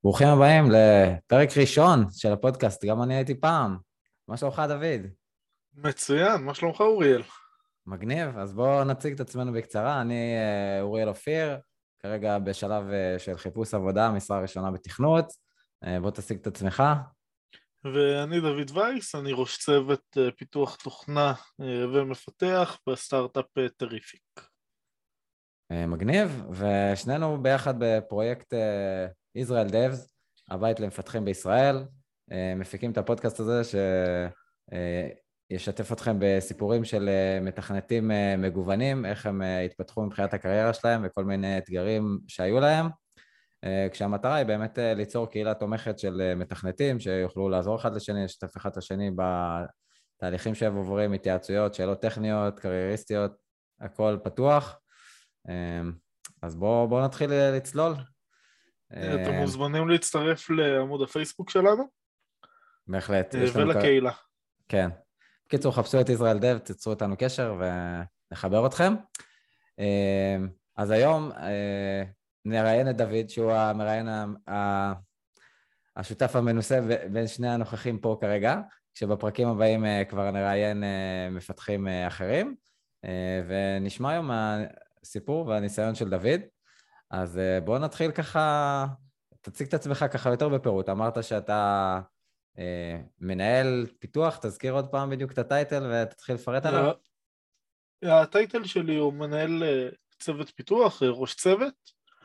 ברוכים הבאים לפרק ראשון של הפודקאסט, גם אני הייתי פעם. מה שלומך דוד? מצוין, מה שלומך אוריאל? מגניב, אז בואו נציג את עצמנו בקצרה. אני אוריאל אופיר, כרגע בשלב של חיפוש עבודה, משרה ראשונה בתכנות. בוא תציג את עצמך. ואני דוד וייס, אני ראש צוות פיתוח תוכנה ומפתח בסטארט-אפ טריפיק. מגניב, ושנינו ביחד בפרויקט Israel Devs, הבית למפתחים בישראל. מפיקים את הפודקאסט הזה שישתף אתכם בסיפורים של מתכנתים מגוונים, איך הם התפתחו מבחינת הקריירה שלהם וכל מיני אתגרים שהיו להם, כשהמטרה היא באמת ליצור קהילה תומכת של מתכנתים שיוכלו לעזור אחד לשני, לשתף אחד לשני בתהליכים שהם עוברים, התייעצויות, שאלות טכניות, קרייריסטיות, הכל פתוח. אז בואו נתחיל לצלול. אתם מוזמנים להצטרף לעמוד הפייסבוק שלנו. בהחלט. ולקהילה. כן. בקיצור, חפשו את Israel Dev, תצרו איתנו קשר ונחבר אתכם. אז היום נראיין את דוד, שהוא המראיין השותף המנוסה בין שני הנוכחים פה כרגע, כשבפרקים הבאים כבר נראיין מפתחים אחרים, ונשמע היום הסיפור והניסיון של דוד. אז בואו נתחיל ככה, תציג את עצמך ככה יותר בפירוט. אמרת שאתה מנהל פיתוח, תזכיר עוד פעם בדיוק את הטייטל ותתחיל לפרט עליו. הטייטל שלי הוא מנהל צוות פיתוח, ראש צוות.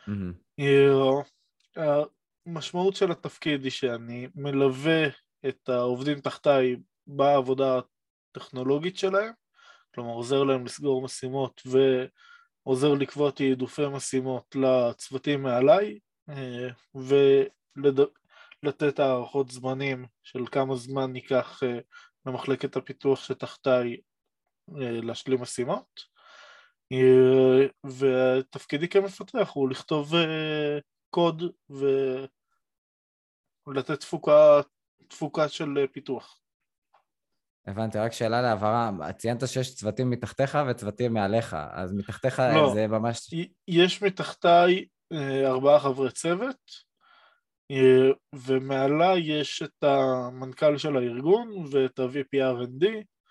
המשמעות של התפקיד היא שאני מלווה את העובדים תחתיי בעבודה הטכנולוגית שלהם, כלומר עוזר להם לסגור משימות ועוזר לקבוע תעדופי משימות לצוותים מעליי, ולתת הערכות זמנים של כמה זמן ניקח למחלקת הפיתוח שתחתיי להשלים משימות. ותפקידי כמפתח הוא לכתוב קוד ולתת תפוקה של פיתוח. הבנתי, רק שאלה להבהרה, ציינת שיש צוותים מתחתיך וצוותים מעליך, אז מתחתיך לא, זה ממש... יש מתחתיי 4 חברי צוות, ומעלה יש את המנכ"ל של הארגון ואת ה-VP R&D,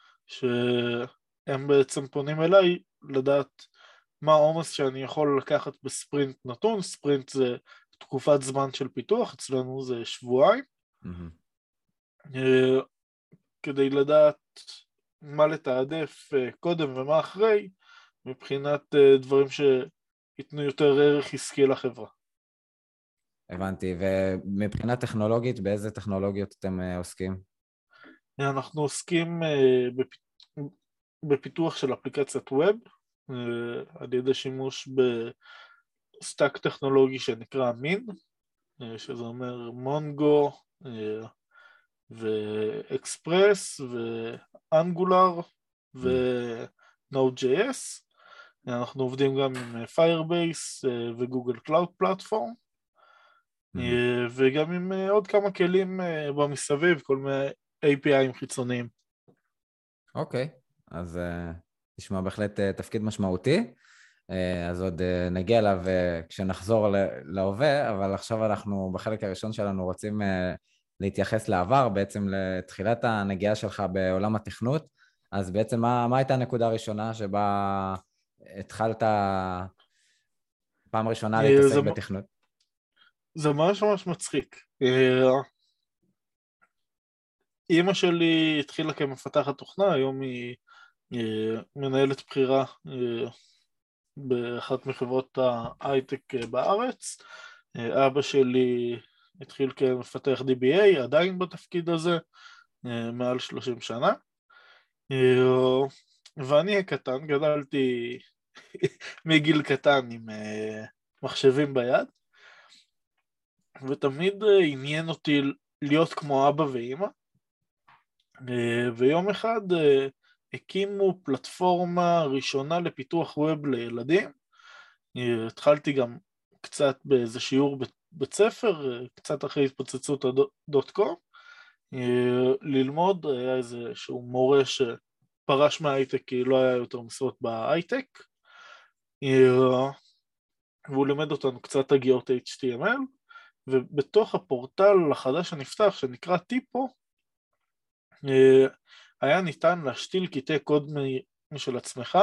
שהם בעצם פונים אליי לדעת מה העומס שאני יכול לקחת בספרינט נתון. ספרינט זה תקופת זמן של פיתוח, אצלנו זה שבועיים, כדי לדעת מה לתעדף קודם ומה אחרי, מבחינת דברים שיתנו יותר ערך עסקי לחברה. הבנתי, ומבחינה טכנולוגית, באיזה טכנולוגיות אתם עוסקים? אנחנו עוסקים בפיתוח של אפליקציית ווב, על ידי שימוש בסטאק טכנולוגי שנקרא מין, שזה אומר מונגו ואקספרס ואנגולר ונוד.js. אנחנו עובדים גם עם פיירבייס וגוגל קלאוד פלטפורם, וגם עם עוד כמה כלים במסביב, כל מיני API'ים חיצוניים. אוקיי, אז נשמע בהחלט תפקיד משמעותי, אז עוד נגיע אליו כשנחזור להווה, אבל עכשיו אנחנו בחלק הראשון שלנו רוצים להתייחס לעבר, בעצם לתחילת הנגיעה שלך בעולם התכנות. אז בעצם מה הייתה הנקודה הראשונה שבה התחלת פעם ראשונה להתעסק בתכנות? זה ממש ממש מצחיק. אמא שלי התחילה כמפתחת תוכנה, היום היא מנהלת בחירה באחת מחברות ההייטק בארץ. אבא שלי התחיל כמפתח DBA, עדיין בתפקיד הזה, מעל 30 שנה. ואני הקטן, גדלתי מגיל קטן עם מחשבים ביד, ותמיד עניין אותי להיות כמו אבא ואמא. ויום אחד הקימו פלטפורמה ראשונה לפיתוח ווב לילדים. התחלתי גם קצת באיזה שיעור בית ספר, קצת אחרי התפוצצות הדוט-קום, ללמוד. היה איזשהו מורה שפרש מההייטק כי לא היה יותר משרות בהייטק, והוא לימד אותנו קצת הגיעות HTML, ובתוך הפורטל החדש שנפתח, שנקרא טיפו, היה ניתן להשתיל קטעי קוד משל עצמך,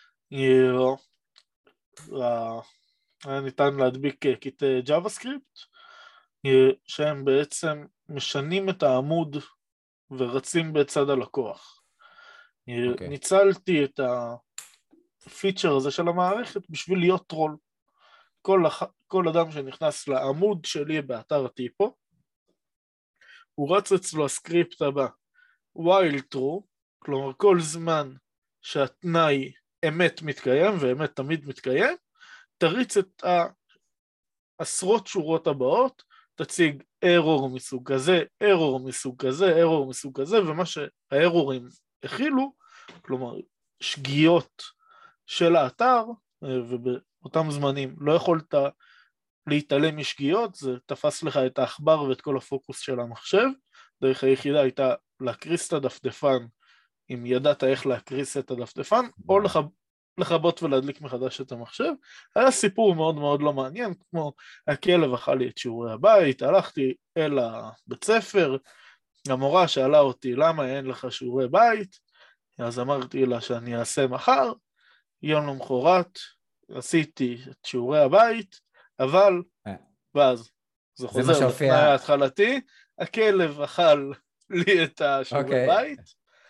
היה ניתן להדביק קטעי JavaScript, שהם בעצם משנים את העמוד ורצים בצד הלקוח. ניצלתי את הפיצ'ר הזה של המערכת בשביל להיות טרול. כל אדם שנכנס לעמוד שלי באתר טיפו, הוא רץ אצלו הסקריפט הבא, while true, כלומר כל זמן שהתנאי אמת מתקיים, ואמת תמיד מתקיים, תריץ את העשרות שורות הבאות, תציג error מסוג כזה, error מסוג כזה, error מסוג כזה, ומה שהארורים הכילו, כלומר שגיאות של האתר, ובאותם זמנים לא יכולת להתעלם משגיאות, זה תפס לך את העכבר ואת כל הפוקוס של המחשב, דרך היחידה הייתה להקריס את הדפדפן, אם ידעת איך להקריס את הדפדפן, או לכבות ולהדליק מחדש את המחשב. היה סיפור מאוד מאוד לא מעניין, כמו הכלב אכל לי את שיעורי הבית, הלכתי אל הבית ספר, המורה שאלה אותי למה אין לך שיעורי בית, אז אמרתי לה שאני אעשה מחר, יום למחרת עשיתי את שיעורי הבית, אבל, ואז זה חוזר לתנאי ההתחלתי, הכלב אכל לי את השיעורי בית,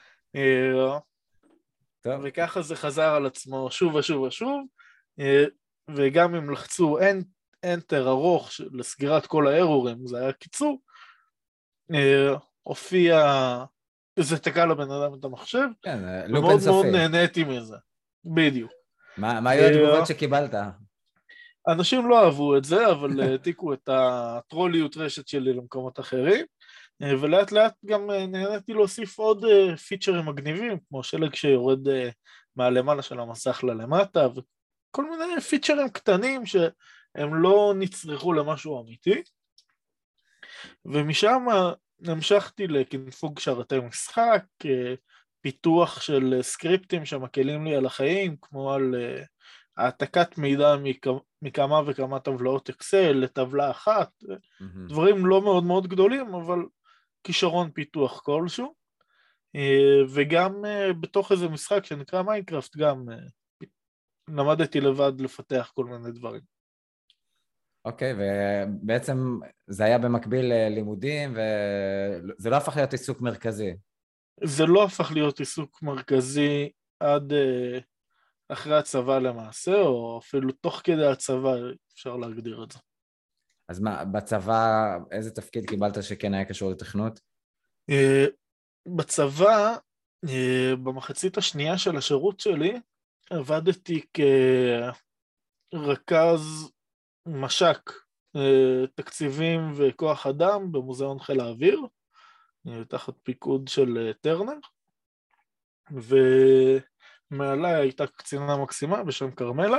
וככה זה חזר על עצמו שוב ושוב ושוב, וגם אם לחצו Enter ארוך לסגירת כל הארורים, זה היה קיצור, הופיע, זה תקע לבן אדם את המחשב, ומאוד מאוד נהניתי מזה, בדיוק. מה היו התגובות שקיבלת? אנשים לא אהבו את זה, אבל העתיקו את הטרוליות רשת שלי למקומות אחרים, ולאט לאט גם נהניתי להוסיף עוד פיצ'רים מגניבים, כמו שלג שיורד מהלמעלה של המסך ללמטה, וכל מיני פיצ'רים קטנים שהם לא נצרכו למשהו אמיתי, ומשם המשכתי לכנפוג שרתי משחק, פיתוח של סקריפטים שמקלים לי על החיים, כמו על העתקת מידע מכמה וכמה טבלאות אקסל לטבלה אחת, דברים לא מאוד מאוד גדולים, אבל כישרון פיתוח כלשהו, וגם בתוך איזה משחק שנקרא מיינקראפט, גם למדתי לבד לפתח כל מיני דברים. אוקיי, ובעצם זה היה במקביל ללימודים, וזה לא הפך להיות עיסוק מרכזי. זה לא הפך להיות עיסוק מרכזי עד אחרי הצבא למעשה, או אפילו תוך כדי הצבא אפשר להגדיר את זה. אז מה, בצבא איזה תפקיד קיבלת שכן היה קשור לתכנות? בצבא, במחצית השנייה של השירות שלי, עבדתי כרכז משק תקציבים וכוח אדם במוזיאון חיל האוויר, תחת פיקוד של טרנר, ומעלה הייתה קצינה מקסימה בשם קרמלה,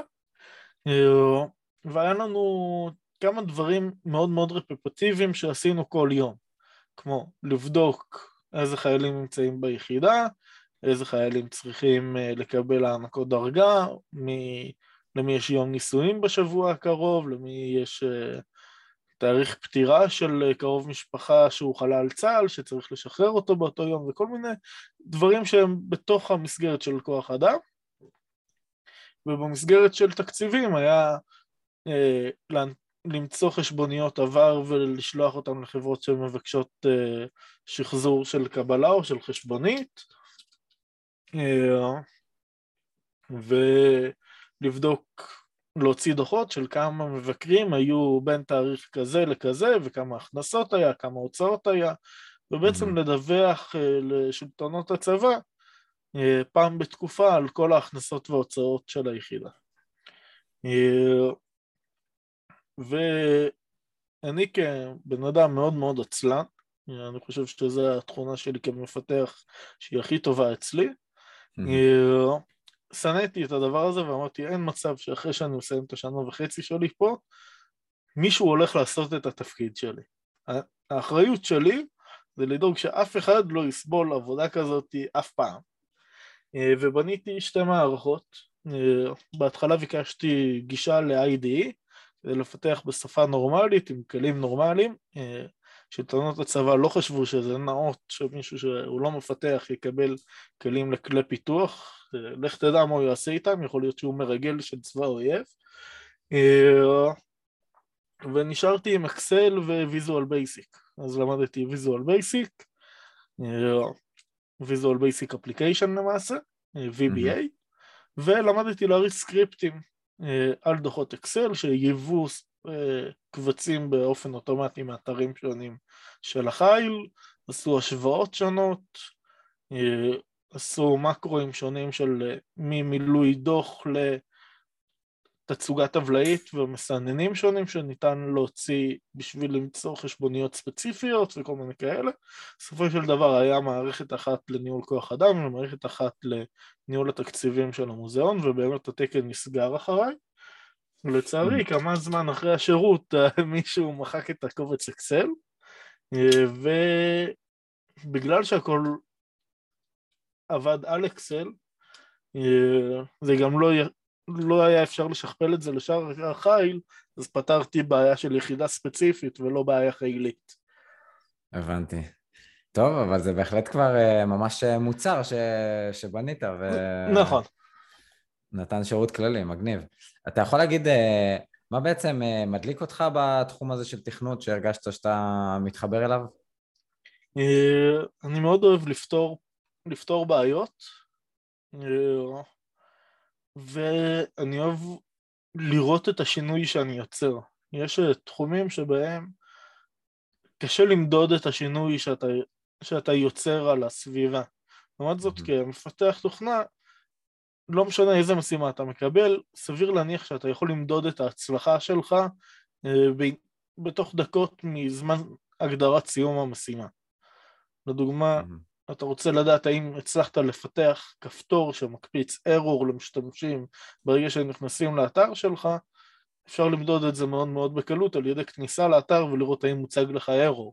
והיה לנו כמה דברים מאוד מאוד רפפטיביים שעשינו כל יום, כמו לבדוק איזה חיילים נמצאים ביחידה, איזה חיילים צריכים לקבל הענקות דרגה, למי יש יום נישואים בשבוע הקרוב, למי יש תאריך פטירה של קרוב משפחה שהוא חלל צה"ל, שצריך לשחרר אותו באותו יום, וכל מיני דברים שהם בתוך המסגרת של כוח אדם, ובמסגרת של תקציבים היה למצוא חשבוניות עבר ולשלוח אותם לחברות שמבקשות שחזור של קבלה או של חשבונית, ולבדוק, להוציא דוחות של כמה מבקרים היו בין תאריך כזה לכזה, וכמה הכנסות היה, כמה הוצאות היה, ובעצם לדווח לשלטונות הצבא פעם בתקופה על כל ההכנסות וההוצאות של היחידה. ואני כבן אדם מאוד מאוד עצלן, אני חושב שזו התכונה שלי כמפתח שהיא הכי טובה אצלי, שנאתי את הדבר הזה ואמרתי אין מצב שאחרי שאני מסיים את השנה וחצי שלי פה, מישהו הולך לעשות את התפקיד שלי. האחריות שלי זה לדאוג שאף אחד לא יסבול עבודה כזאת אף פעם. ובניתי שתי מערכות, בהתחלה ביקשתי גישה ל-IDE, כדי לפתח בשפה נורמלית, עם כלים נורמליים. שלטונות הצבא לא חשבו שזה נאות שמישהו שהוא לא מפתח יקבל כלים לכלי פיתוח, לך תדע מה הוא יעשה איתם, יכול להיות שהוא מרגל של צבא אויב. ונשארתי עם אקסל וויזואל בייסיק, אז למדתי ויזואל בייסיק, ויזואל בייסיק אפליקיישן למעשה, VBA, ולמדתי להריץ סקריפטים על דוחות אקסל שיבוא קבצים באופן אוטומטי מאתרים שונים של החיל, עשו השוואות שונות, עשו מקרואים שונים של ממילוי דוח לתצוגה טבלאית ומסננים שונים שניתן להוציא בשביל למצוא חשבוניות ספציפיות וכל מיני כאלה. בסופו של דבר היה מערכת אחת לניהול כוח אדם ומערכת אחת לניהול התקציבים של המוזיאון, ובאמת התקן נסגר אחריי. לצערי, כמה זמן אחרי השירות מישהו מחק את הקובץ אקסל, ובגלל שהכל עבד על אקסל, זה גם לא היה אפשר לשכפל את זה לשאר החיל, אז פתרתי בעיה של יחידה ספציפית ולא בעיה חילית. הבנתי. טוב, אבל זה בהחלט כבר ממש מוצר שבנית נכון. נתן שירות כללי, מגניב. אתה יכול להגיד מה בעצם מדליק אותך בתחום הזה של תכנות שהרגשת שאתה מתחבר אליו? אני מאוד אוהב לפתור בעיות, ואני אוהב לראות את השינוי שאני יוצר. יש תחומים שבהם קשה למדוד את השינוי שאתה יוצר על הסביבה. לעומת זאת, כמפתח תוכנה, לא משנה איזה משימה אתה מקבל, סביר להניח שאתה יכול למדוד את ההצלחה שלך בתוך דקות מזמן הגדרת סיום המשימה. לדוגמה, אתה רוצה לדעת האם הצלחת לפתח כפתור שמקפיץ error למשתמשים ברגע שהם נכנסים לאתר שלך, אפשר למדוד את זה מאוד מאוד בקלות על ידי כניסה לאתר ולראות האם מוצג לך error.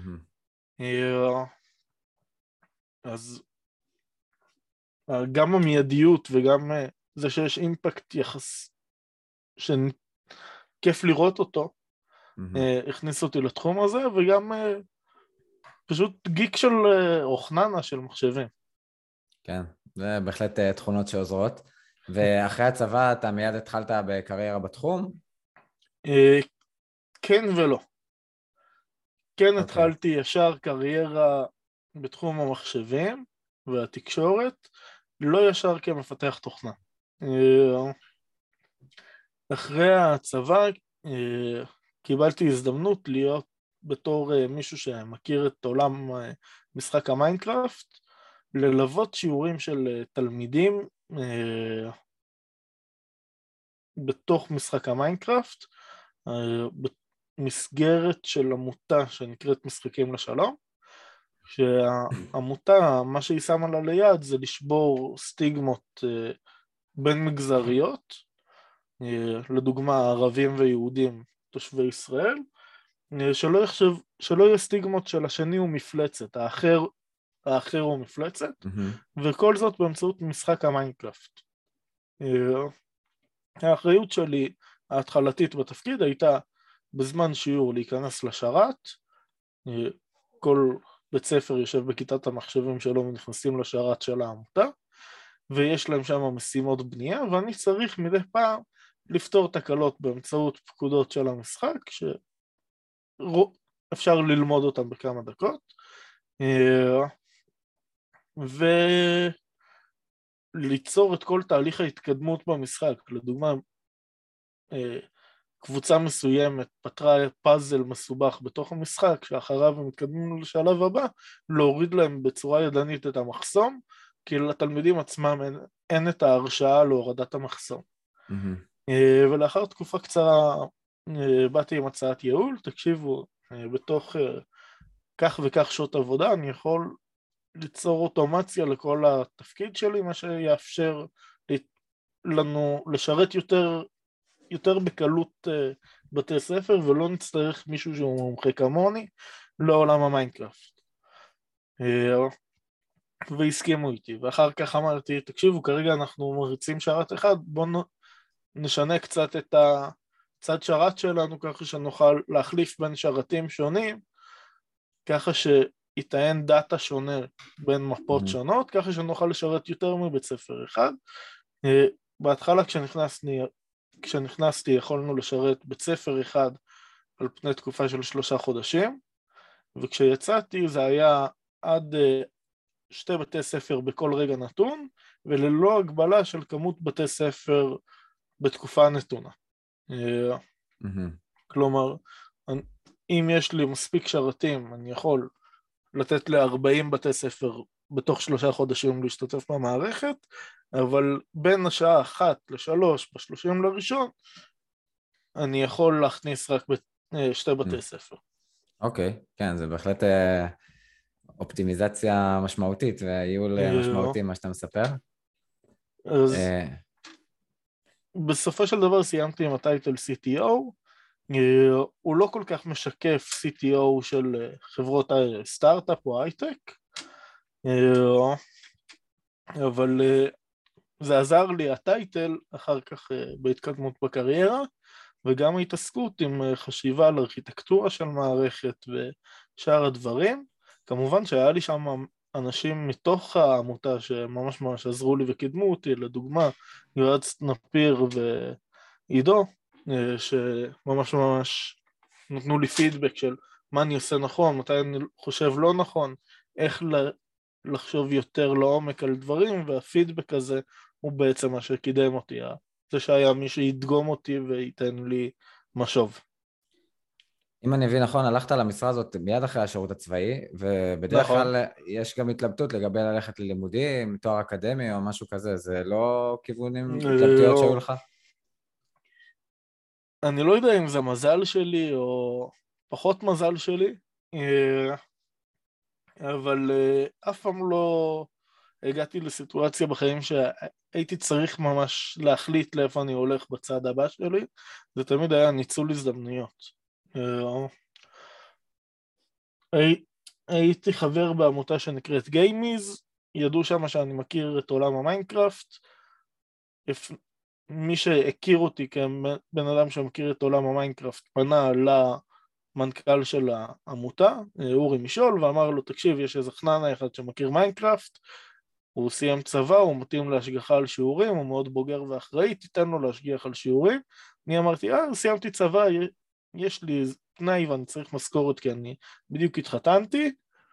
אז גם המיידיות וגם זה שיש אימפקט יחס שכיף לראות אותו, הכניס אותי לתחום הזה, וגם פשוט גיק של אוכננה של מחשבים. כן, זה בהחלט תכונות שעוזרות. ואחרי הצבא אתה מיד התחלת בקריירה בתחום? כן ולא. כן, התחלתי ישר קריירה בתחום המחשבים והתקשורת, לא ישר כמפתח תוכנה. אחרי הצבא קיבלתי הזדמנות להיות בתור מישהו שמכיר את עולם משחק המיינקראפט, ללוות שיעורים של תלמידים בתוך משחק המיינקראפט, במסגרת של עמותה שנקראת משחקים לשלום, שהעמותה, מה שהיא שמה לה ליד זה לשבור סטיגמות בין מגזריות, לדוגמה ערבים ויהודים תושבי ישראל, שלא יהיה סטיגמות של השני הוא מפלצת, האחר הוא מפלצת, וכל זאת באמצעות משחק המיינקראפט. האחריות שלי ההתחלתית בתפקיד הייתה בזמן שיעור להיכנס לשרת, כל בית ספר יושב בכיתת המחשבים שלו ונכנסים לשרת של העמותה, ויש להם שם משימות בנייה, ואני צריך מדי פעם לפתור תקלות באמצעות פקודות של המשחק, שאפשר ללמוד אותם בכמה דקות, וליצור את כל תהליך ההתקדמות במשחק. לדוגמה, קבוצה מסוימת פתרה פאזל מסובך בתוך המשחק, שאחריו הם מתקדמים לשלב הבא, להוריד להם בצורה ידנית את המחסום, כי לתלמידים עצמם אין את ההרשאה להורדת המחסום. ולאחר תקופה קצרה באתי עם הצעת ייעול, תקשיבו, בתוך כך וכך שעות עבודה אני יכול ליצור אוטומציה לכל התפקיד שלי, מה שיאפשר לנו לשרת יותר בקלות בתי ספר, ולא נצטרך מישהו שהוא מומחה כמוני לעולם המיינקראפט. והסכימו איתי, ואחר כך אמרתי, תקשיבו, כרגע אנחנו מריצים שרת אחד, בואו נשנה קצת צד שרת שלנו, ככה שנוכל להחליף בין שרתים שונים, ככה שיטען דאטה שונה בין מפות שונות, ככה שנוכל לשרת יותר מבית ספר אחד. בהתחלה כשנכנסתי יכולנו לשרת בית ספר אחד על פני תקופה של 3 חודשים, וכשיצאתי זה היה עד 2 בתי ספר בכל רגע נתון, וללא הגבלה של כמות בתי ספר בתקופה נתונה. כלומר, אם יש לי מספיק שרתים, אני יכול לתת ל-40 בתי ספר בתוך 3 חודשים להשתתף במערכת, אבל בין השעה 1 ל-3 ב-30 לראשון, אני יכול להכניס רק 2 בתי ספר. אוקיי, כן, זה בהחלט אופטימיזציה משמעותית, וייעול משמעותי מה שאתה מספר. אז בסופו של דבר סיימתי עם הטייטל CTO, הוא לא כל כך משקף CTO של חברות סטארט-אפ או הייטק, אבל זה עזר לי הטייטל אחר כך בהתקדמות בקריירה, וגם ההתעסקות עם חשיבה על ארכיטקטורה של מערכת ושאר הדברים. כמובן שהיה לי שם אנשים מתוך העמותה שממש ממש עזרו לי וקידמו אותי, לדוגמה יועץ נפיר ועידו, שממש ממש נתנו לי פידבק של מה אני עושה נכון, מתי אני חושב לא נכון, איך לחשוב יותר לעומק על דברים, והפידבק הזה הוא בעצם מה שקידם אותי, זה שהיה מי שידגום אותי וייתן לי משוב. אם אני מבין נכון, הלכת למשרה הזאת מיד אחרי השירות הצבאי, ובדרך כלל יש גם התלבטות לגבי ללכת ללימודים, תואר אקדמי או משהו כזה, זה לא כיוונים, התלבטויות שהיו לך? אני לא יודע אם זה מזל שלי או פחות מזל שלי, אבל אף פעם לא הגעתי לסיטואציה בחיים שהייתי צריך ממש להחליט לאיפה אני הולך בצד הבא שלי, זה תמיד היה ניצול הזדמנויות. הייתי חבר בעמותה שנקראת גיימיז, ידעו שם שאני מכיר את עולם המיינקראפט, מי שהכיר אותי כבן אדם שמכיר את עולם המיינקראפט פנה למנכ"ל של העמותה, אורי משול, ואמר לו, תקשיב, יש איזה חננה אחד שמכיר מיינקראפט, הוא סיים צבא, הוא מתאים להשגחה על שיעורים, הוא מאוד בוגר ואחראי, תיתן לו להשגיח על שיעורים. אני אמרתי, סיימתי צבא, יש לי תנאי ואני צריך משכורת כי אני בדיוק התחתנתי,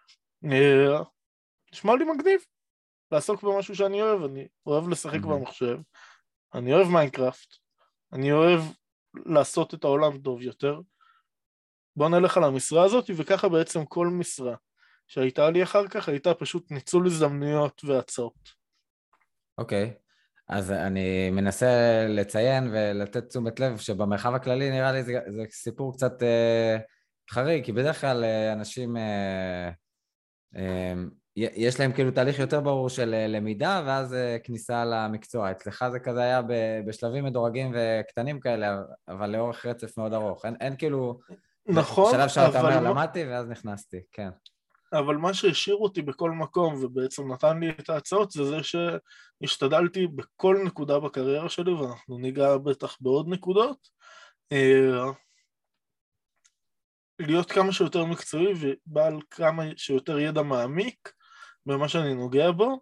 נשמע לי מגניב לעסוק במשהו שאני אוהב, אני אוהב לשחק במחשב, אני אוהב מיינקראפט, אני אוהב לעשות את העולם טוב יותר, בוא נלך על המשרה הזאת, וככה בעצם כל משרה שהייתה לי אחר כך הייתה פשוט ניצול הזדמנויות והצעות. אוקיי. אז אני מנסה לציין ולתת תשומת לב שבמרחב הכללי נראה לי זה סיפור קצת חריג, כי בדרך כלל אנשים יש להם כאילו תהליך יותר ברור של למידה ואז כניסה למקצוע. אצלך זה כזה היה בשלבים מדורגים וקטנים כאלה, אבל לאורך רצף מאוד ארוך. אין כאילו נכון, בשלב שאתה אומר למדתי ואז נכנסתי, כן. אבל מה שהשאיר אותי בכל מקום ובעצם נתן לי את ההצעות זה שהשתדלתי בכל נקודה בקריירה שלי, ואנחנו ניגע בטח בעוד נקודות, להיות כמה שיותר מקצועי ובעל כמה שיותר ידע מעמיק במה שאני נוגע בו,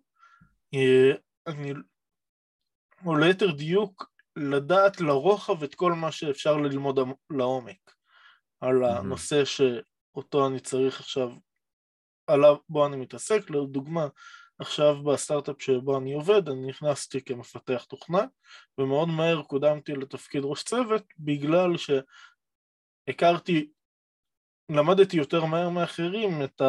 או ליתר דיוק לדעת לרוחב את כל מה שאפשר ללמוד לעומק על הנושא שאותו אני צריך עכשיו, עליו בו אני מתעסק. לדוגמה, עכשיו בסטארט-אפ שבו אני עובד, אני נכנסתי כמפתח תוכנה, ומאוד מהר קודמתי לתפקיד ראש צוות, בגלל למדתי יותר מהר מאחרים את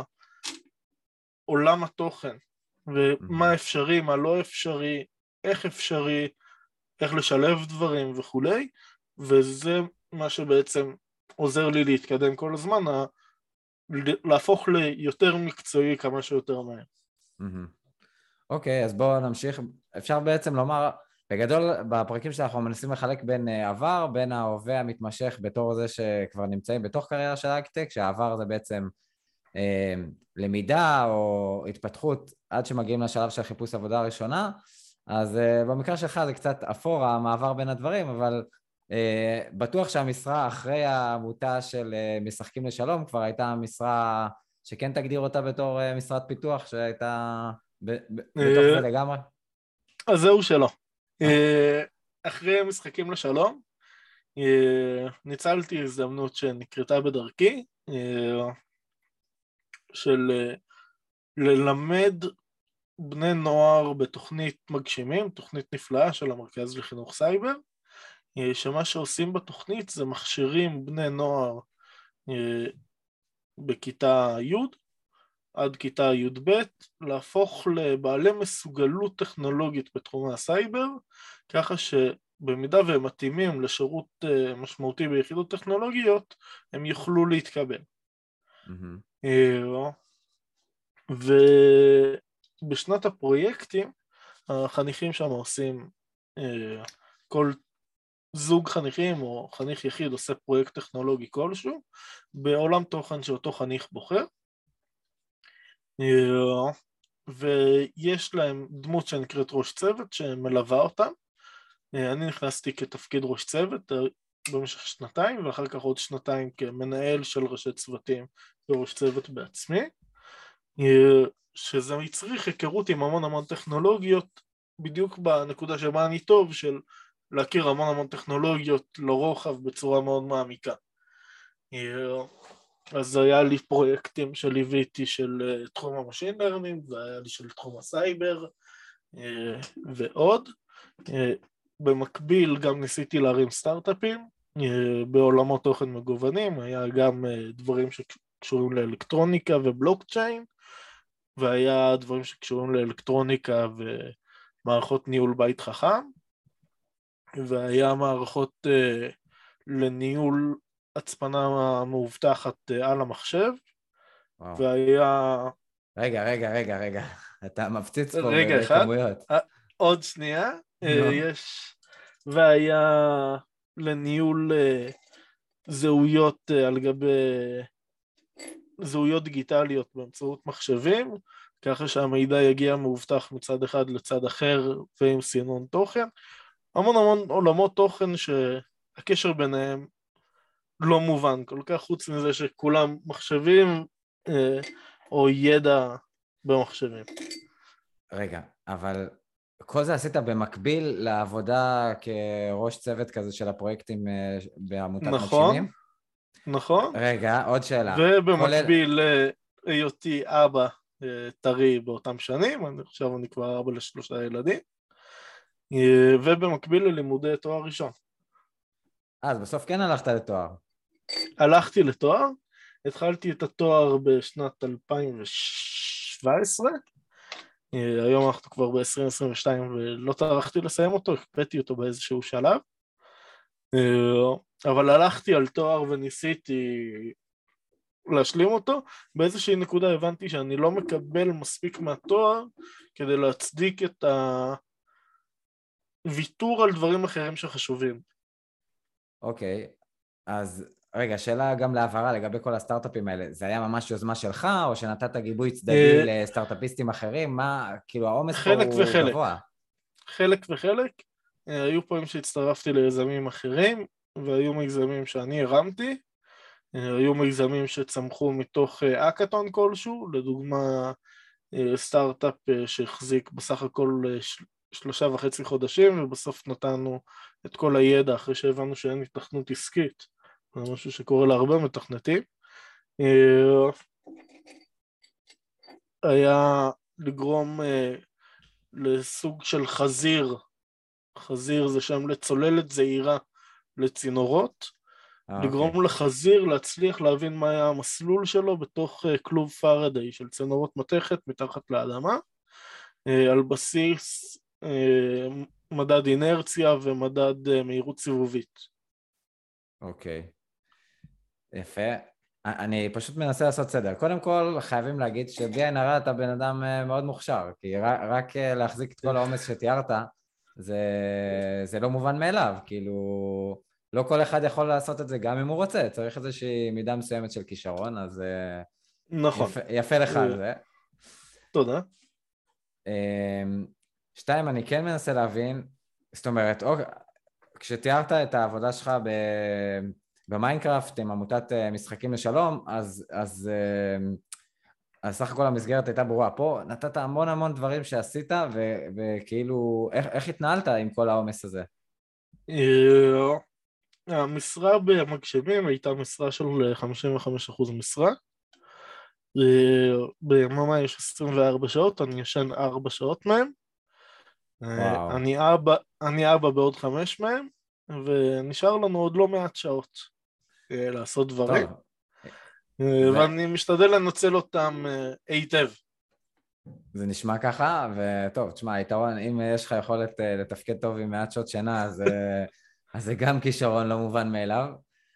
עולם התוכן, ומה אפשרי, מה לא אפשרי, איך אפשרי, איך לשלב דברים וכולי, וזה מה שבעצם עוזר לי להתקדם כל הזמן, להפוך ליותר מקצועי כמה שיותר מהר. אוקיי, אז בואו נמשיך. אפשר בעצם לומר, בגדול, בפרקים שאנחנו מנסים לחלק בין עבר, בין ההווה המתמשך בתור זה שכבר נמצאים בתוך קריירה של ארכיטקט, שהעבר זה בעצם למידה או התפתחות עד שמגיעים לשלב של חיפוש עבודה הראשונה, אז במקרה שלך זה קצת אפורה, המעבר בין הדברים, אבל בטוח שהמשרה אחרי העמותה של משחקים לשלום כבר הייתה משרה שכן תגדיר אותה בתור משרת פיתוח, שהייתה בתוך זה לגמרי? אז זהו שלא. אה? אחרי משחקים לשלום, ניצלתי הזדמנות שנקרתה בדרכי, של ללמד בני נוער בתוכנית מגשימים, תוכנית נפלאה של המרכז לחינוך סייבר, שמה שעושים בתוכנית זה מכשירים בני נוער בכיתה י' עד כיתה י"ב, להפוך לבעלי מסוגלות טכנולוגית בתחום הסייבר, ככה שבמידה והם מתאימים לשירות משמעותי ביחידות טכנולוגיות, הם יוכלו להתקבל. ובשנת הפרויקטים, החניכים שם עושים, כל זוג חניכים או חניך יחיד עושה פרויקט טכנולוגי כלשהו, בעולם תוכן שאותו חניך בוחר, ויש להם דמות שנקראת ראש צוות שמלווה אותם. אני נכנסתי כתפקיד ראש צוות במשך 2 ואחר כך עוד 2 כמנהל של ראשי צוותים וראש צוות בעצמי, שזה מצריך היכרות עם המון טכנולוגיות, בדיוק בנקודה שבה אני טוב, של להכיר המון טכנולוגיות לרוחב בצורה מאוד מעמיקה. אז היה לי פרויקטים שליוויתי של תחום המשין לרנינג, והיה לי של תחום הסייבר ועוד. במקביל גם ניסיתי להרים סטארט-אפים בעולמות תוכן מגוונים, היה גם דברים שקשורים לאלקטרוניקה ובלוקצ'יין, והיה דברים שקשורים לאלקטרוניקה ומערכות ניהול בית חכם, והיה מערכות לניהול הצפנה מאובטחת על המחשב, והיה... רגע, אתה מפציץ פה בכמויות. עוד שנייה, יש... והיה לניהול זהויות על גבי... זהויות דיגיטליות באמצעות מחשבים, ככה שהמידע יגיע מאובטח מצד אחד לצד אחר ועם סינון תוכן. המון עולמות תוכן שהקשר ביניהם לא מובן כל כך, חוץ מזה שכולם מחשבים או ידע במחשבים. רגע, אבל כל זה עשית במקביל לעבודה כראש צוות כזה של הפרויקטים בעמותת מגשימים? נכון. רגע, עוד שאלה. ובמקביל להיותי אבא טרי באותם שנים, עכשיו אני כבר אבא ל3 ילדים, ובמקביל ללימודי תואר ראשון. אז בסוף כן הלכת לתואר. הלכתי לתואר, התחלתי את התואר בשנת 2017, היום אנחנו כבר ב-2022 ולא טרחתי לסיים אותו, הקפאתי אותו באיזשהו שלב, אבל הלכתי על תואר וניסיתי להשלים אותו. באיזושהי נקודה הבנתי שאני לא מקבל מספיק מהתואר כדי להצדיק את הוויתור על דברים אחרים שחשובים. אוקיי, אז רגע, שאלה גם להעברה לגבי כל הסטארט-אפים האלה, זה היה ממש יוזמה שלך, או שנתת גיבוי צדדי לסטארט-אפיסטים אחרים? מה, כאילו העומס פה הוא גבוה? חלק וחלק. היו פעמים שהצטרפתי ליזמים אחרים, והיו מיזמים שאני הרמתי, היו מיזמים שצמחו מתוך אקאטון כלשהו, לדוגמה סטארט-אפ שהחזיק בסך הכל 3.5 חודשים, ובסוף נתנו את כל הידע אחרי שהבנו שאין התכנות עסקית, זה משהו שקורה להרבה מתכנתים. היה לגרום לסוג של חזיר זה שם לצוללת זעירה לצינורות, לגרום לחזיר להצליח להבין מה היה המסלול שלו בתוך כלוב פרדיי של צינורות מתכת מתחת לאדמה, על בסיס מדד אינרציה ומדד מהירות סיבובית. אוקיי, יפה. אני פשוט מנסה לעשות סדר. קודם כל חייבים להגיד שבלי עין הרע אתה בן אדם מאוד מוכשר, כי רק להחזיק את כל העומס שתיארת זה לא מובן מאליו, כאילו לא כל אחד יכול לעשות את זה גם אם הוא רוצה, צריך איזושהי מידה מסוימת של כישרון, אז נכון. יפה לך על זה. תודה. 2, אני כן מנסה להבין, זאת אומרת, כשתיארת את העבודה שלך במיינקראפט עם עמותת משחקים לשלום, אז סך הכל המסגרת הייתה ברורה. פה נתת המון דברים שעשית, וכאילו, איך התנהלת עם כל העומס הזה? המשרה במגשמים הייתה משרה של 55% משרה. ביממה יש 24 שעות, אני ישן 4 שעות מהם. וואו. אני אבא בעוד 5 מהם, ונשאר לנו עוד לא מעט שעות לעשות דברים. טוב. ואני משתדל לנצל אותם היטב. זה נשמע ככה, וטוב, תשמע, היתרון, אם יש לך יכולת לתפקד טוב עם מעט שעות שינה, אז זה גם כישרון לא מובן מאליו.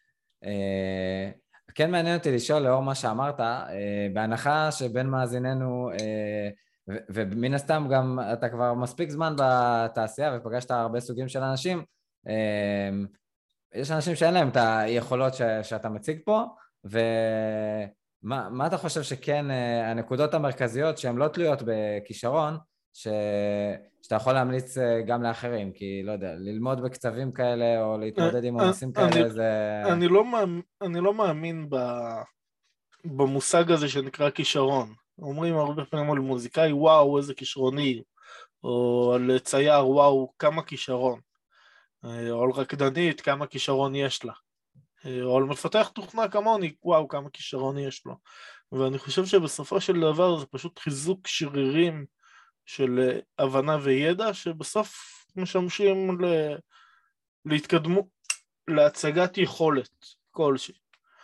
כן מעניין אותי לשאול לאור מה שאמרת, בהנחה שבין מאזיננו, ומן הסתם גם אתה כבר מספיק זמן בתעשייה ופגשת הרבה סוגים של אנשים, יש אנשים שאין להם את היכולות שאתה מציג פה, ומה אתה חושב שכן הנקודות המרכזיות שהן לא תלויות בכישרון, שאתה יכול להמליץ גם לאחרים, כי לא יודע, ללמוד בקצבים כאלה או להתמודד עם עומסים כאלה זה... אני לא מאמין במושג הזה שנקרא כישרון. אומרים הרבה פעמים על מוזיקאי, וואו, איזה כישרוני, או על צייר, וואו, כמה כישרון, או על רקדנית, כמה כישרון יש לה, או על מפתח תוכנה כמוני, וואו, כמה כישרון יש לו. ואני חושב שבסופו של דבר זה פשוט חיזוק שרירים של הבנה וידע, שבסוף משמשים להתקדמות, להצגת יכולת כלשהי.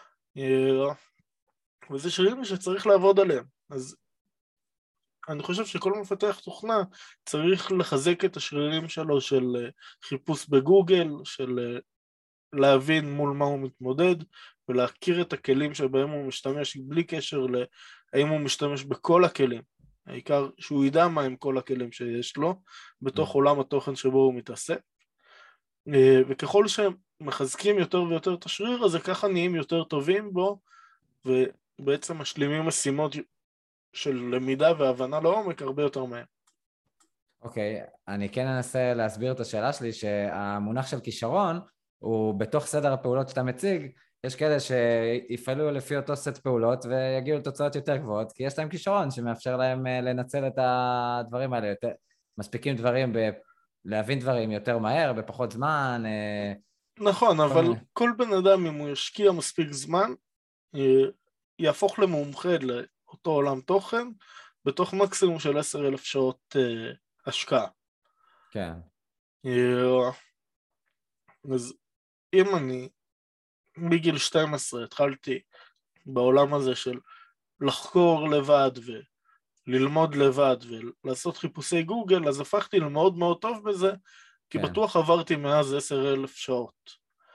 וזה שרירים שצריך לעבוד עליהם. אז אני חושב שכל מפתח תוכנה צריך לחזק את השרירים שלו של חיפוש בגוגל, של להבין מול מה הוא מתמודד, ולהכיר את הכלים שבהם הוא משתמש בלי קשר להאם הוא משתמש בכל הכלים. העיקר שהוא ידע מה הם כל הכלים שיש לו בתוך עולם התוכן שבו הוא מתעסק. וככל שמחזקים יותר ויותר את השריר הזה, ככה נהיים יותר טובים בו, ובעצם משלימים משימות של למידה והבנה לעומק הרבה יותר מהם. אוקיי, אני כן אנסה להסביר את השאלה שלי, שהמונח של כישרון הוא בתוך סדר הפעולות שאתה מציג, יש כאלה שיפעלו לפי אותו סט פעולות ויגיעו לתוצאות יותר גבוהות, כי יש להם כישרון שמאפשר להם לנצל את הדברים האלה, מספיקים דברים, להבין דברים יותר מהר, בפחות זמן. נכון, אבל כל בן אדם, אם הוא ישקיע מספיק זמן, יהפוך למומחה לאותו עולם תוכן, בתוך מקסימום של 10,000 שעות השקעה. כן. אז אם אני בגיל 12 התחלתי בעולם הזה של לחקור לבד וללמוד לבד ולעשות חיפושי גוגל, אז הפכתי למאוד מאוד טוב בזה, כי בטוח עברתי מאז 10,000 שעות.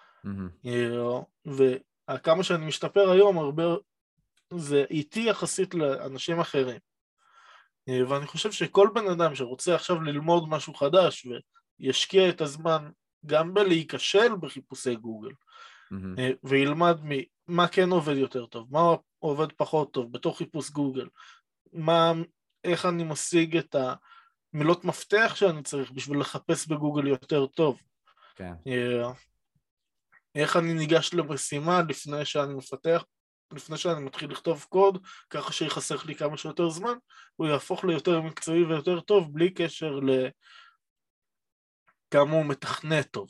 וכמה שאני משתפר היום, הרבה זה איטי יחסית לאנשים אחרים. ואני חושב שכל בן אדם שרוצה עכשיו ללמוד משהו חדש וישקיע את הזמן גם בלהיכשל בחיפושי גוגל, וילמד מה כן עובד יותר טוב, מה עובד פחות טוב בתוך חיפוש גוגל, איך אני משיג את המילות מפתח שאני צריך בשביל לחפש בגוגל יותר טוב, איך אני ניגש למשימה לפני שאני מתחיל לכתוב קוד, ככה שיחסך לי כמה שיותר זמן, הוא יהפוך ליותר מקצועי ויותר טוב, בלי קשר לכמה הוא מתכנת טוב.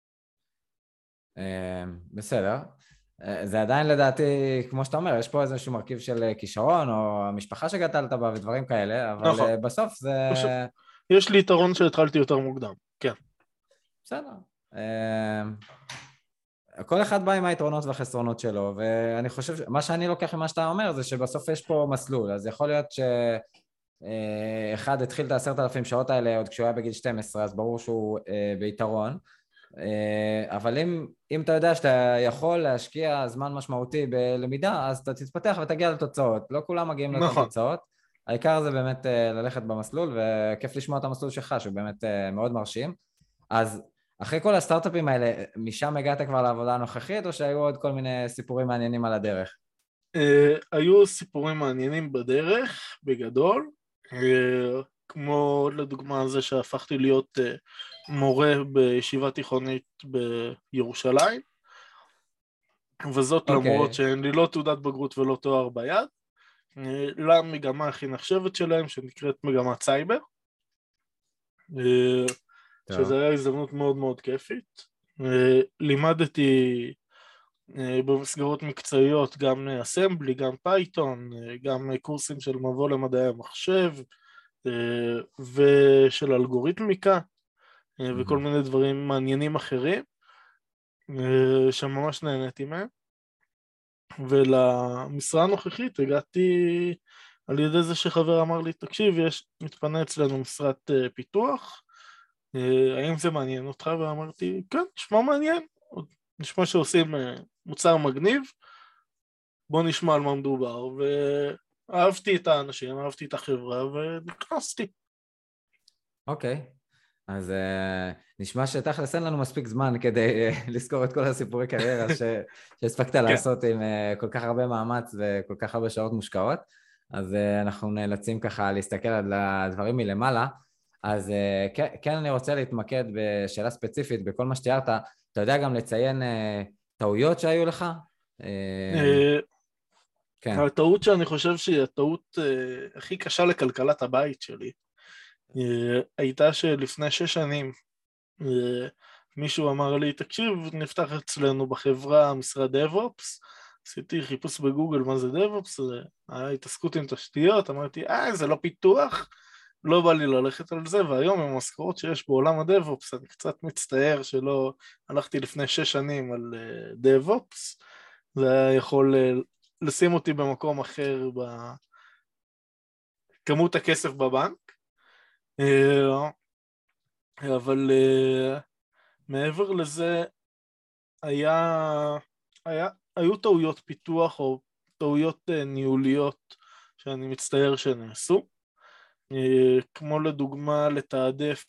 בסדר. זה עדיין לדעתי, כמו שאתה אומר, יש פה איזשהו מרכיב של כישרון, או המשפחה שגדלת בה ודברים כאלה, אבל נכון. בסוף זה... יש לי יתרון שהתחלתי יותר מוקדם, כן. בסדר. כל אחד בא עם היתרונות והחסרונות שלו, ואני חושב, מה שאני לוקח ממה שאתה אומר, זה שבסוף יש פה מסלול, אז יכול להיות שאחד התחיל את 10,000 שעות האלה עוד כשהוא היה בגיל 12, אז ברור שהוא ביתרון, אבל אם אתה יודע שאתה יכול להשקיע זמן משמעותי בלמידה, אז אתה תתפתח ותגיע לתוצאות, לא כולם מגיעים לתוצאות, העיקר זה באמת ללכת במסלול, וכיף לשמוע את המסלול שלך, שהוא באמת מאוד מרשים. אז אחרי כל הסטארט-אפים האלה, משם הגעת כבר לעבודה הנוכחית, או שהיו עוד כל מיני סיפורים מעניינים על הדרך? היו סיפורים מעניינים בדרך, בגדול. כמו לדוגמה זה שהפכתי להיות מורה בישיבה תיכונית בירושלים, וזאת למרות אוקיי, שאין לי לא תעודת בגרות ולא תואר ביד, למגמה הכי נחשבת שלהם שנקראת מגמת סייבר, טוב. שזו הייתה הזדמנות מאוד מאוד כיפית. לימדתי במסגרות מקצועיות גם אסמבלי, גם פייתון, גם קורסים של מבוא למדעי המחשב ושל אלגוריתמיקה וכל מהמם. מיני דברים מעניינים אחרים שממש נהניתי מהם. ולמשרה הנוכחית הגעתי על ידי זה שחבר אמר לי, תקשיב, מתפנה אצלנו משרת פיתוח, האם זה מעניין אותך? ואמרתי, כן, נשמע מעניין, נשמע שעושים מוצר מגניב, בוא נשמע על מה מדובר, ואהבתי את האנשים, אהבתי את החברה, ונכנסתי. אוקיי, אז נשמע שתכלס אין לנו מספיק זמן כדי לזכור את כל הסיפורי קריירה שהספקת כן. לעשות עם כל כך הרבה מאמץ וכל כך הרבה שעות מושקעות, אז אנחנו נאלצים ככה להסתכל על הדברים מלמעלה. אז כן, אני רוצה להתמקד בשאלה ספציפית בכל מה שתיארת. אתה יודע גם לציין טעויות שהיו לך? אה, כן. הטעות שאני חושב שהיא הטעות הכי קשה לכלכלת הבית שלי, הייתה שלפני 6 שנים מישהו אמר לי, תקשיב, נפתח אצלנו בחברה משרד DevOps, עשיתי חיפוש בגוגל מה זה DevOps, זה היה התעסקות עם תשתיות, אמרתי, זה לא פיתוח, לא בא לי ללכת על זה, והיום עם המשכורות שיש בעולם ה-DevOps, אני קצת מצטער שלא הלכתי לפני 6 שנים על DevOps, זה היה יכול לשים אותי במקום אחר בכמות הכסף בבנק, אבל מעבר לזה היו טעויות פיתוח או טעויות ניהוליות שאני מצטער שנעשו, כמו לדוגמה לתעדף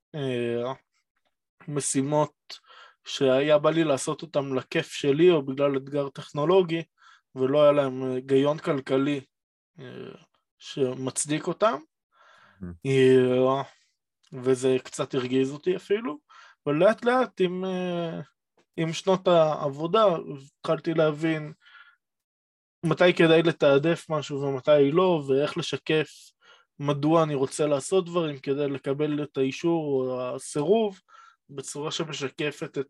משימות שהיה בא לי לעשות אותם לכיף שלי או בגלל אתגר טכנולוגי ולא היה להם היגיון כלכלי שמצדיק אותם, וזה קצת הרגיז אותי אפילו, ולאט לאט עם שנות העבודה התחלתי להבין מתי כדאי לתעדף משהו ומתי לא, ואיך לשקף מדוע אני רוצה לעשות דברים כדי לקבל את האישור או הסירוב בצורה שמשקפת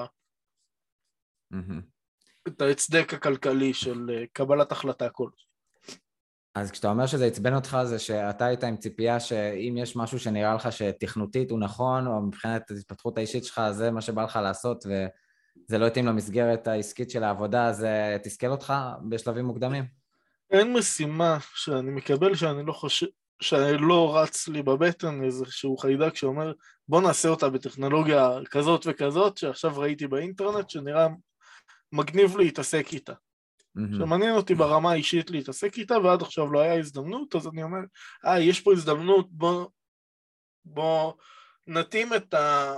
את ההצדק הכלכלי של קבלת החלטה כלשהי. אז כשאתה אומר שזה עצבן אותך, זה שאתה היית עם ציפייה שאם יש משהו שנראה לך שתכנותית הוא נכון, או מבחינת ההתפתחות האישית שלך, זה מה שבא לך לעשות, וזה לא התאים למסגרת העסקית של העבודה, זה תסכל אותך בשלבים מוקדמים? אין משימה שאני מקבל שאני לא רץ לי בבטן איזשהו חיידק שאומר בוא נעשה אותה בטכנולוגיה כזאת וכזאת שעכשיו ראיתי באינטרנט שנראה מגניב להתעסק איתה. שמעניין אותי ברמה האישית להתעסק איתה ועד עכשיו לא היה הזדמנות, אז אני אומר יש פה הזדמנות, בוא נתאים את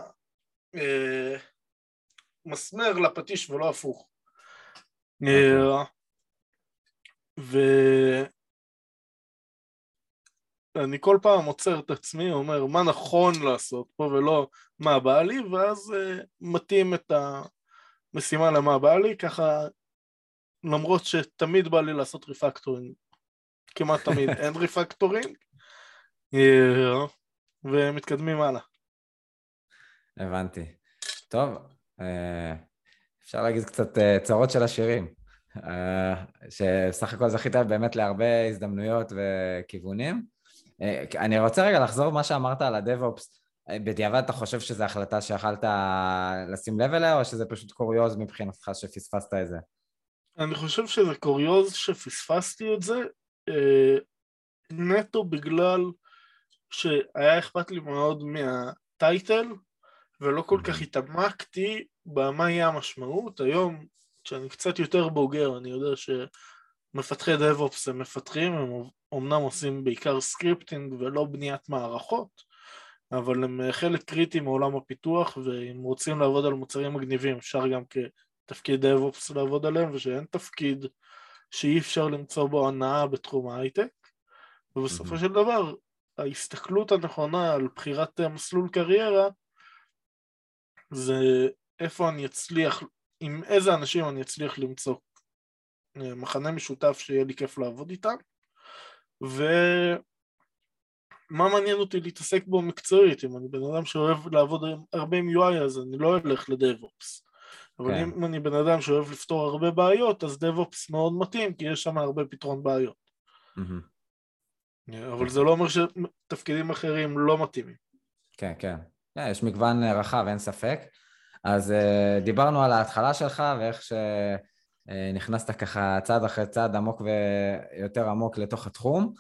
המסמר לפטיש ולא הפוך. ואני כל פעם עוצר את עצמי, אומר מה נכון לעשות פה ולא מה בא לי, ואז מתאים את המשימה למה בא לי, ככה למרות שתמיד בא לי לעשות ריפקטורינג, כמעט תמיד אין ריפקטורינג, ומתקדמים הלאה. הבנתי. טוב, אפשר להגיד קצת צרות של השירים, שסך הכל זכית באמת להרבה הזדמנויות וכיוונים. אני רוצה רגע לחזור מה שאמרת על הדב-אופס. בדיעבד אתה חושב שזו החלטה שיכלת לשים לב אליה, או שזה פשוט קוריוז מבחינתך שפספסת את זה? אני חושב שזה קוריוז שפספסתי את זה, נטו בגלל שהיה אכפת לי מאוד מהטייטל, ולא כל כך התעמקתי במה יהיה המשמעות. היום, כשאני קצת יותר בוגר, אני יודע שמפתחי DevOps הם מפתחים, הם אומנם עושים בעיקר סקריפטינג ולא בניית מערכות, אבל הם חלק קריטי מעולם הפיתוח, ואם רוצים לעבוד על מוצרים מגניבים, אפשר גם כתפקיד DevOps לעבוד עליהם, ושאין תפקיד שאי אפשר למצוא בו הנאה בתחום ההייטק, ובסופו של דבר, ההסתכלות הנכונה על בחירת מסלול קריירה, זה איפה אני אצליח, עם איזה אנשים אני אצליח למצוא מחנה משותף שיהיה לי כיף לעבוד איתם, ומה מעניין אותי להתעסק בו מקצועית. אם אני בן אדם שאוהב לעבוד הרבה עם UI, אז אני לא אלך לדאב-אופס. אבל כן. אם אני בן אדם שאוהב לפתור הרבה בעיות, אז דאב-אופס מאוד מתאים, כי יש שם הרבה פתרון בעיות. אבל זה לא אומר שתפקידים אחרים לא מתאימים. כן, כן. יש מגוון רחב, אין ספק. אז דיברנו על ההתחלה שלך ואיך שנכנסת ככה צעד אחרי צעד עמוק ויותר עמוק לתוך התחום.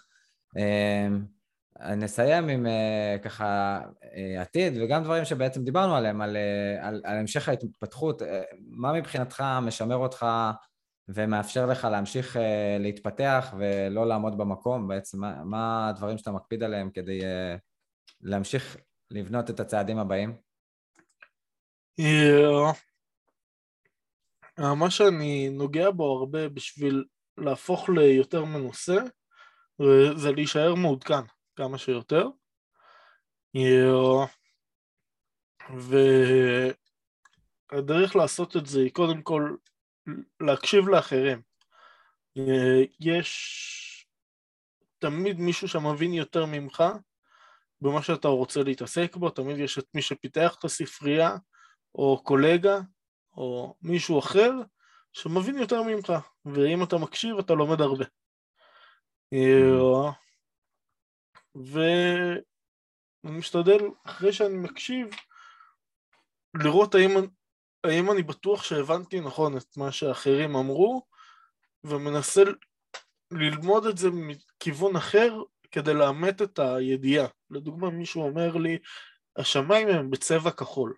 נסיים עם ככה עתיד וגם דברים שבעצם דיברנו עליהם, על המשך ההתפתחות. מה מבחינתך משמר אותך ומאפשר לך להמשיך להתפתח ולא לעמוד במקום? בעצם מה הדברים שאתה מקפיד עליהם כדי להמשיך לבנות את הצעדים הבאים? מה שאני נוגע בו הרבה בשביל להפוך ליותר מנוסה, זה להישאר מעודכן כמה שיותר. והדרך לעשות את זה היא קודם כל להקשיב לאחרים. יש תמיד מישהו שמבין יותר ממך במה שאתה רוצה להתעסק בו, תמיד יש את מי שפיתח את הספרייה, או קולגה, או מישהו אחר, שמבין יותר ממך, ואם אתה מקשיב אתה לומד הרבה. ואני משתדל, אחרי שאני מקשיב, לראות האם אני בטוח שהבנתי נכון את מה שאחרים אמרו, ומנסה ללמוד את זה מכיוון אחר, כדי לאמת את הידיעה. לדוגמה, מישהו אומר לי, השמיים הם בצבע כחול.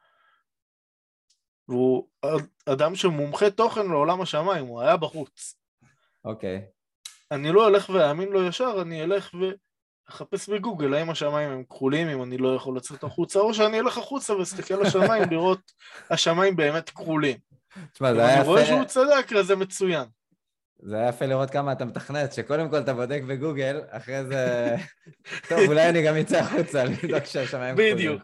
והוא אדם שמומחה תוכן לעולם השמיים, הוא היה בחוץ. אוקיי. אני לא אלך ואאמין לו ישר, אני אלך ואחפש בגוגל, האם השמיים הם כחולים, אם אני לא יכול לצאת החוצה, או שאני אלך החוצה ואסתכל לשמיים, לראות השמיים באמת כחולים. אם אני רואה שהוא צדק, אז זה מצוין. זה היה יפה לראות כמה אתה מתכנת, שקודם כל אתה בודק בגוגל, אחרי זה... טוב, אולי אני גם יצא החוצה, לבדוק שהשמיים כחולים. בדיוק.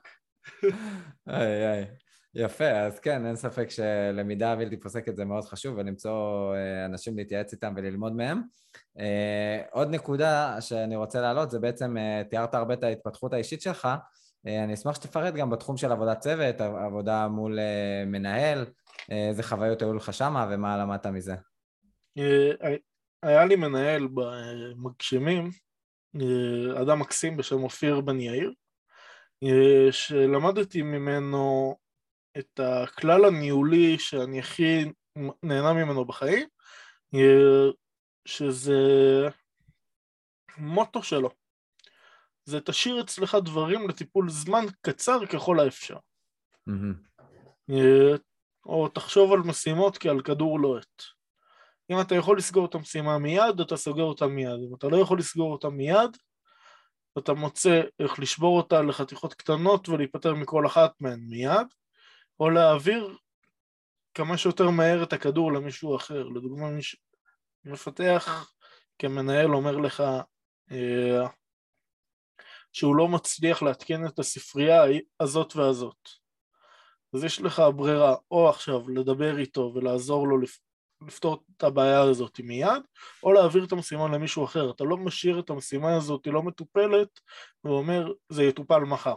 יפה, אז כן, אין ספק שלמידה בלתי פוסקת זה מאוד חשוב, ולמצוא אנשים להתייעץ איתם וללמוד מהם. עוד נקודה שאני רוצה להעלות, זה בעצם, תיארת הרבה את ההתפתחות האישית שלך, אני אשמח שתפרט גם בתחום של עבודת צוות, עבודה מול מנהל, איזה חוויות היו לך שמה ומה למדת מזה. היה לי מנהל במגשימים, אדם מקסים בשם אופיר בן יאיר, שלמדתי ממנו את הכלל הניהולי שאני הכי נהנה ממנו בחיים, שזה מוטו שלו. זה תשאיר אצלך דברים לטיפול זמן קצר ככל האפשר. או תחשוב על משימות כעל כדור לוהט. אם אתה יכול לסגור את המשימה מיד, אתה סוגר אותה מיד. אם אתה לא יכול לסגור אותה מיד, אתה מוצא איך לשבור אותה לחתיכות קטנות ולהיפטר מכל אחת מהן מיד, או להעביר כמה שיותר מהר את הכדור למישהו אחר. לדוגמה, מפתח כמנהל אומר לך שהוא לא מצליח להתקן את הספרייה הזאת והזאת. אז יש לך ברירה, או עכשיו לדבר איתו ולעזור לו לפתור את הבעיה הזאת מיד, או להעביר את המשימה למישהו אחר. אתה לא משאיר את המשימה הזאת, היא לא מטופלת, ואומר, זה יטופל מחר.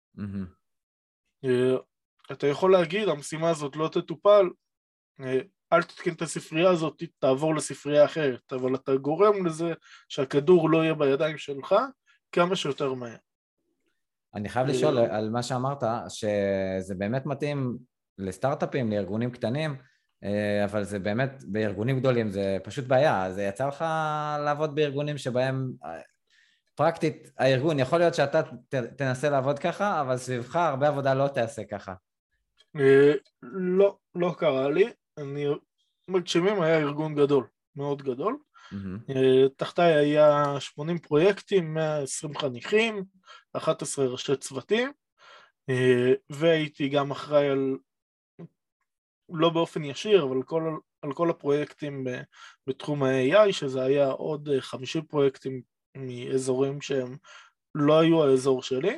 אתה יכול להגיד, המשימה הזאת לא תטופל, אל תתקן את הספרייה הזאת, תעבור לספרייה אחרת, אבל אתה גורם לזה שהכדור לא יהיה בידיים שלך, כמה שיותר מהר. אני חייב לשאול על מה שאמרת, שזה באמת מתאים לסטארט-אפים, לארגונים קטנים, אבל זה באמת, בארגונים גדולים זה פשוט בעיה. זה יצא לך לעבוד בארגונים שבהם פרקטית הארגון, יכול להיות שאתה תנסה לעבוד ככה, אבל סביבך הרבה עבודה לא תעשה ככה. לא קרה לי. מגשימים היה ארגון גדול, מאוד גדול. תחתיי היה 80 פרויקטים, 120 חניכים, 11 ראשי צוותים, והייתי גם אחראי על, לא באופן ישיר, אבל על כל הפרויקטים בתחום ה-AI, שזה היה עוד 50 פרויקטים מאזורים שהם לא היו האזור שלי,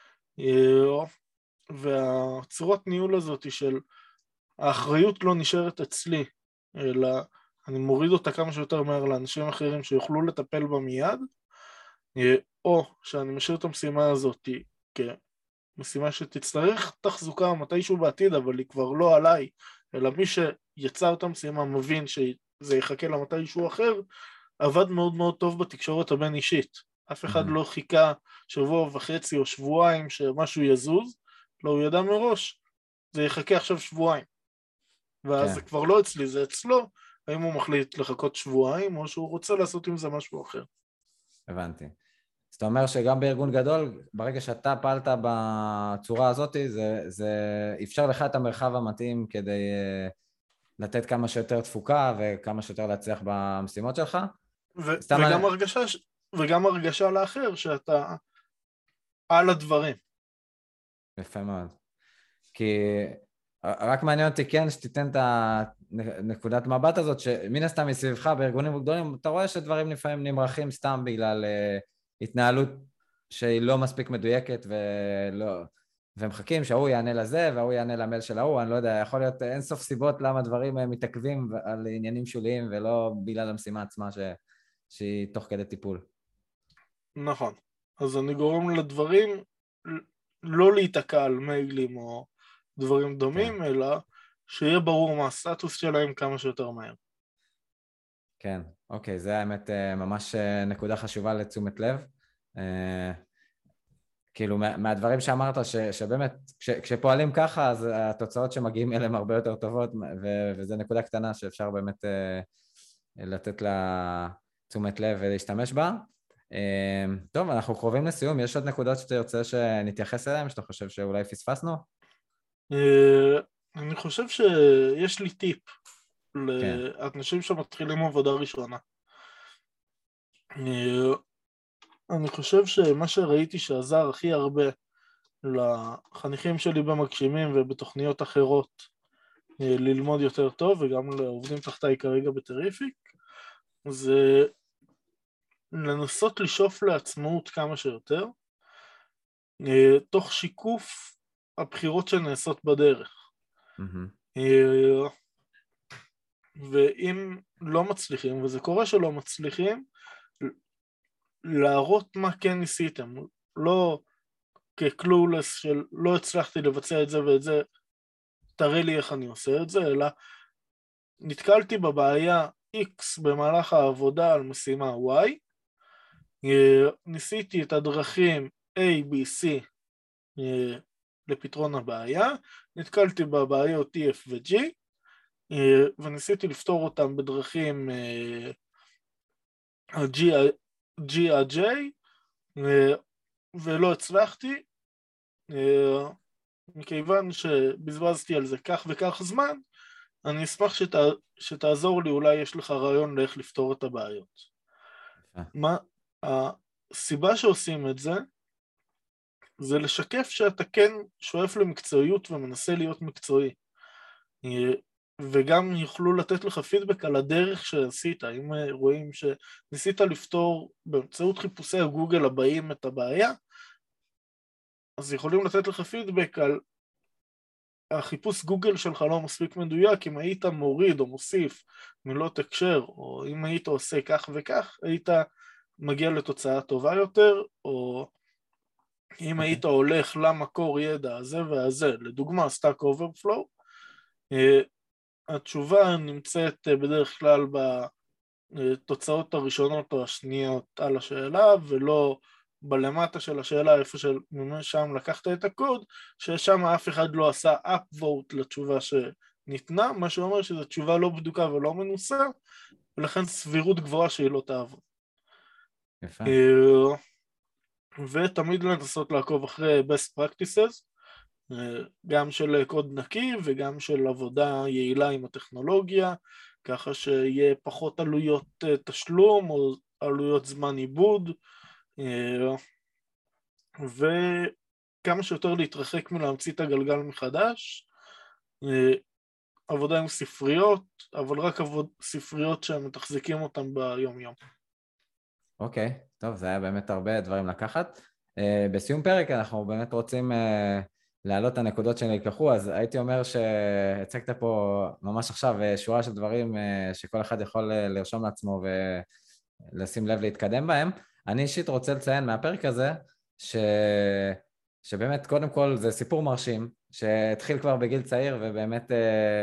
והצורת ניהול הזאת של האחריות לא נשארת אצלי, אלא אני מוריד אותה כמה שיותר מהר לאנשים אחרים שיוכלו לטפל בה מיד, או שאני משאיר את המשימה הזאת כמשימה שתצטרך תחזוקה מתישהו בעתיד, אבל היא כבר לא עליי, אלא מי שיצר את המשימה מבין שזה יחכה למתישהו אחר, עבד מאוד מאוד טוב בתקשורת הבין אישית. אף אחד לא חיכה שבוע וחצי או שבועיים שמשהו יזוז, לא, הוא ידע מראש, זה יחכה עכשיו שבועיים. ואז זה כבר לא אצלי, זה אצלו, האם הוא מחליט לחכות שבועיים, או שהוא רוצה לעשות עם זה משהו אחר. הבנתי. אז אתה אומר שגם בארגון גדול, ברגע שאתה פעלת בצורה הזאת, זה אפשר לך את המרחב המתאים כדי לתת כמה שיותר תפוקה וכמה שיותר להצליח במשימות שלך. וגם הרגשה לאחר שאתה על הדברים. יפה מאוד. כי רק מעניין אותי כן שתיתן את הנקודת מבט הזאת, שמן הסתם מסביבך בארגונים גדולים, אתה רואה שדברים לפעמים נמרחים סתם בגלל התנהלות שהיא לא מספיק מדויקת ומחכים שההוא יענה לזה וההוא יענה למייל של ההוא, אני לא יודע, יכול להיות אין סוף סיבות למה דברים מתעכבים על עניינים שוליים ולא בגלל המשימה עצמה שהיא תוך כדי טיפול. נכון, אז אני גורם לדברים לא להיתקע על מיילים או דברים דומים, אלא שיהיה ברור מה הסטטוס שלהם כמה שיותר מהר. כן, אוקיי, זה האמת ממש נקודה חשובה לתשומת לב. כאילו מהדברים שאמרת שבאמת כשפועלים ככה אז התוצאות שמגיעים אליהם הרבה יותר טובות, וזה נקודה קטנה שאפשר באמת לתת לה תשומת לב ולהשתמש בה. טוב, אנחנו קרובים לסיום, יש עוד נקודות שאתה יוצא שנתייחס אליהם, שאתה חושב שאולי פספסנו? אני חושב שיש לי טיפ לאנשים שמתחילים עבודה ראשונה. אני חושב שמה שראיתי שעזר הכי הרבה לחניכים שלי במגשימים ובתוכניות אחרות ללמוד יותר טוב, וגם לעובדים תחתיי כרגע בטריפיק, זה לנסות לשאוף לעצמאות כמה שיותר, תוך שיקוף הבחירות שנעשות בדרך. ואם לא מצליחים, וזה קורה שלא מצליחים, להראות מה כן ניסיתם, לא כקלולס של לא הצלחתי לבצע את זה ואת זה, תראה לי איך אני עושה את זה, אלא נתקלתי בבעיה X במהלך העבודה על משימה Y, ניסיתי את הדרכים A, B, C לפתרון הבעיה, נתקלתי בבעיות T, F ו-G, וניסיתי לפתור אותם בדרכים G עד J, ולא הצלחתי, מכיוון שבזבזתי על זה כך וכך זמן, אני אשמח שתעזור לי, אולי יש לך רעיון לאיך לפתור את הבעיות. מה הסיבה שעושים את זה, זה לשקף שאתה כן שואף למקצועיות ומנסה להיות מקצועי, וגם יוכלו לתת לך פידבק על הדרך שעשית. אם רואים שניסית לפתור באמצעות חיפושי הגוגל הבאים את הבעיה, אז יכולים לתת לך פידבק על החיפוש גוגל שלך לא מספיק מדויק, אם היית מוריד או מוסיף מילות הקשר, או אם היית עושה כך וכך, היית מגיע לתוצאה טובה יותר, או אם היית הולך למקור ידע הזה והזה, לדוגמה Stack Overflow, התשובה נמצאת בדרך כלל בתוצאות הראשונות או השניות על השאלה, ולא בלמטה של השאלה, איפה ששם לקחת את הקוד, ששם אף אחד לא עשה upvote לתשובה שניתנה, מה שאומר שזו תשובה לא בדוקה ולא מנוסה, ולכן סבירות גבוהה שהיא לא תעבוד. יפה. ותמיד לנסות לעקוב אחרי best practices, גם של קוד נקי וגם של עבודה יעילה עם הטכנולוגיה, ככה שיהיה פחות עלויות תשלום או עלויות זמן עיבוד, וכמה שיותר להתרחק מלהמציא את הגלגל מחדש, עבודה עם ספריות, אבל רק ספריות שמתחזקים אותם ביום יום. אוקיי, טוב, זה היה באמת הרבה דברים לקחת. בסיום פרק אנחנו באמת רוצים להעלות את הנקודות שנלקחו, אז הייתי אומר שהצגת פה ממש עכשיו שורה של דברים שכל אחד יכול לרשום לעצמו ולשים לב להתקדם בהם. אני אישית רוצה לציין מהפרק הזה שבאמת קודם כל זה סיפור מרשים, שהתחיל כבר בגיל צעיר ובאמת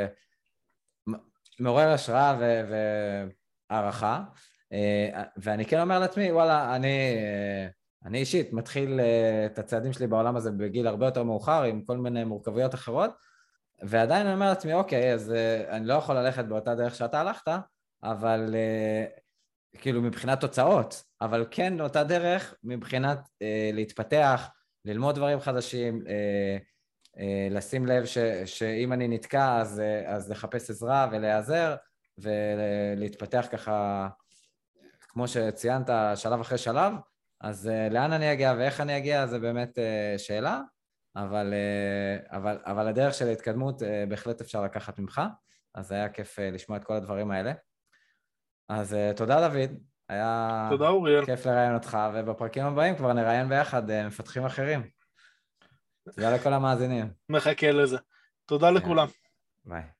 מעורר השראה והערכה, ואני כן אומר לעצמי, וואלה, אני אישית מתחיל את הצעדים שלי בעולם הזה בגיל הרבה יותר מאוחר, עם כל מיני מורכבויות אחרות, ועדיין אני אומר לעצמי, אוקיי, אז אני לא יכול ללכת באותה דרך שאתה הלכת, אבל כאילו מבחינת תוצאות, אבל כן אותה דרך מבחינת להתפתח, ללמוד דברים חדשים, לשים לב שאם אני נתקע אז לחפש עזרה ולהיעזר ולהתפתח ככה, כמו שציינת, שלב אחרי שלב. אז לאן אני אגיע ואיך אני אגיע זה באמת שאלה, אבל הדרך של ההתקדמות בהחלט אפשר לקחת ממך, אז היה כיף לשמוע את כל הדברים האלה. אז תודה דוד, היה תודה אוריאל. כיף לראיין אותך, ובפרקים הבאים כבר נראיין ביחד מפתחים אחרים. תודה לכל המאזינים. מחכה לזה. תודה לכולם. ביי.